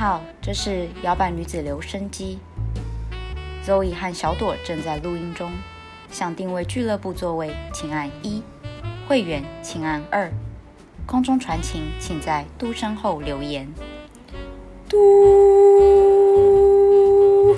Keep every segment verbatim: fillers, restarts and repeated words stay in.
好，这是摇摆女子留声机。Zoe 和小朵正在录音中，想定位俱乐部座位，请按一；会员请按二；空中传情，请在嘟声后留言。嘟。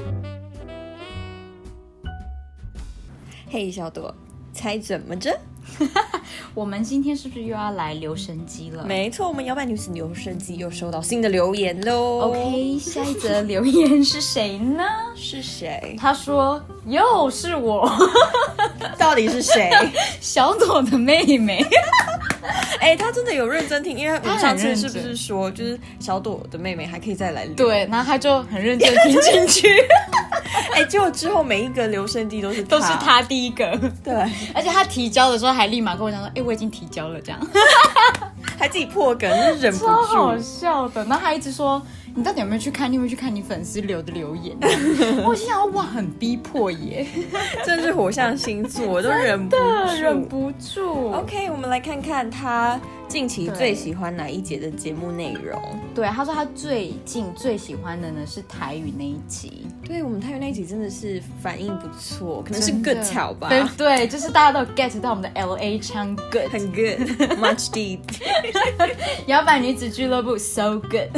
嘿，小朵，猜怎么着？ 我们今天是不是又要来留声机了？ 没错，我们摇摆女子留声机又收到新的留言喽。 OK， 下一则留言是谁呢？ 是谁？ 他说又是我。 到底是谁？ 小朵的妹妹。 哎、欸，他真的有认真听，因为我们上次是不是说，就是小朵的妹妹还可以再来留？ 对，然后他就很认真听进去。 哎、欸，结果之后每一个留声机都是他都是他第一个。 对， 而且他提交的时候还立马跟我讲说：“哎、欸，我已经提交了。”这样， 还自己破梗，就是忍不住， 超好笑的。然后他一直说：“你到底有没有去看？你有没有去看你粉丝留的留言？”我心想：“哇，很逼迫耶！” 真的是火象星座，我都忍不住， 忍不住。 OK， 我们来看看他近期最喜欢哪一节的节目内容。 对，他说他最近最喜欢的呢是台语那一集。 对，我们台语那一集真的是反应不错，可能是 good 巧吧。 对对，就是大家都有 get 到我们的 L A 腔 good， 很 good，much deep。 摇摆女子俱乐部 so good。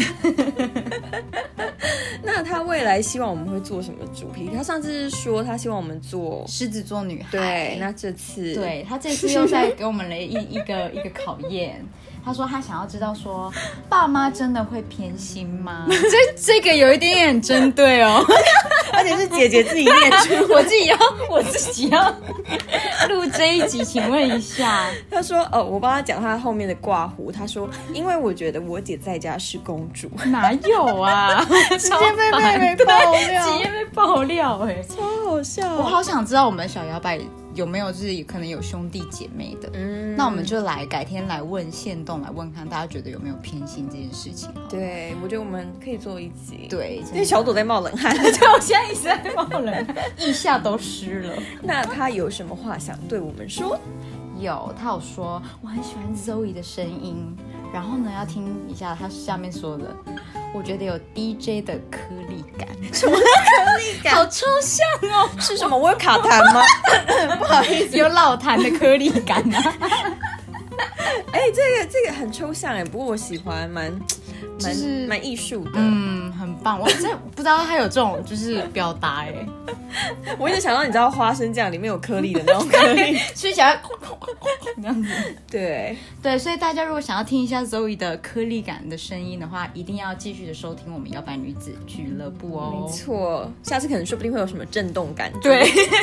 那他未来希望我们会做什么主题？他上次是说他希望我们做狮子座女孩。 对，那这次对他这次又在给我们了一一个一个考验。他说他想要知道说，爸妈真的会偏心吗？这这个有一点点针对哦， 而且是姐姐自己念出， 我自己要我自己要录这一集，请问一下。 他说哦，我帮他讲他后面的挂弧。他说，因为我觉得我姐在家是公主。 哪有啊？直接被妹妹爆料， 直接被爆料哎、欸， 超好笑。 我好想知道我们的小摇摆有没有就是可能有兄弟姐妹的，嗯，那我们就来改天来问限动，来问看大家觉得有没有偏心这件事情。 对，我觉得我们可以做一集。 对， 因为小朵在冒冷汗， 对，我现在一直在冒冷汗，腋下都湿了。 那他有什么话想对我们说？ 有，他有说我很喜欢 Zoe 的声音，然后呢要听一下他下面说的，我觉得有 D J 的颗粒感。 什么颗粒感？ 好抽象哦！ 是什么？我有卡痰吗？不好意思， 有老痰的颗粒感啊！ 哎、欸，这个这个很抽象哎，不过我喜欢，蛮蛮就是蛮艺术的， 嗯，很棒。我真不知道他有这种就是表达哎。 我一直想到你知道花生酱里面有颗粒的那种颗粒， 吃起来这样子。 对对，所以大家如果想要听一下 Zoe 的颗粒感的声音的话，一定要继续的收听我们摇摆女子俱乐部哦。 没错，下次可能说不定会有什么震动感。 对。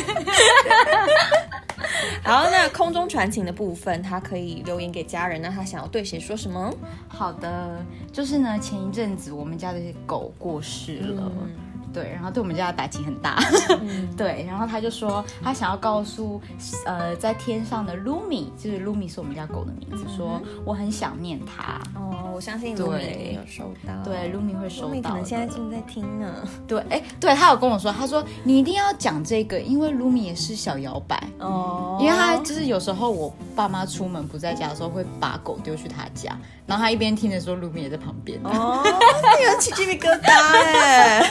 好，那空中传情的部分，他可以留言给家人，那他想要对谁说什么？ 好的，就是呢，前一阵子我们家的狗过世了。嗯，对，然后对我们家的打击很大。嗯、对，然后他就说他想要告诉呃在天上的 Lumi， 就是 Lumi 是我们家狗的名字，嗯、说我很想念他。 哦，我相信 Lumi 一定有收到。 对 ，Lumi 会收到。 Lumi 可能现在正在听呢。 对，哎，对他有跟我说，他说你一定要讲这个，因为 Lumi 也是小摇摆哦，因为他就是有时候我爸妈出门不在家的时候，会把狗丢去他家，然后他一边听的时候 Lumi 也在旁边。哦， 有起鸡皮疙瘩哎。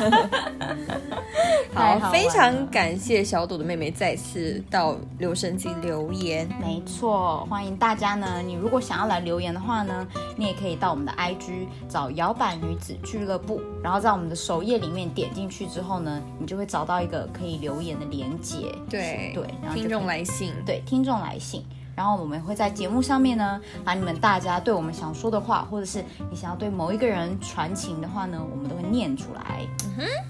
好，非常感谢小朵的妹妹再次到留声机留言。 没错，欢迎大家呢，你如果想要来留言的话呢，你也可以到我们的 I G 找摇摆女子俱乐部，然后在我们的首页里面点进去之后呢，你就会找到一个可以留言的连结。 对对，然后听众来信， 对，听众来信。然后我们会在节目上面呢，把你们大家对我们想说的话，或者是你想要对某一个人传情的话呢，我们都会念出来。嗯哼。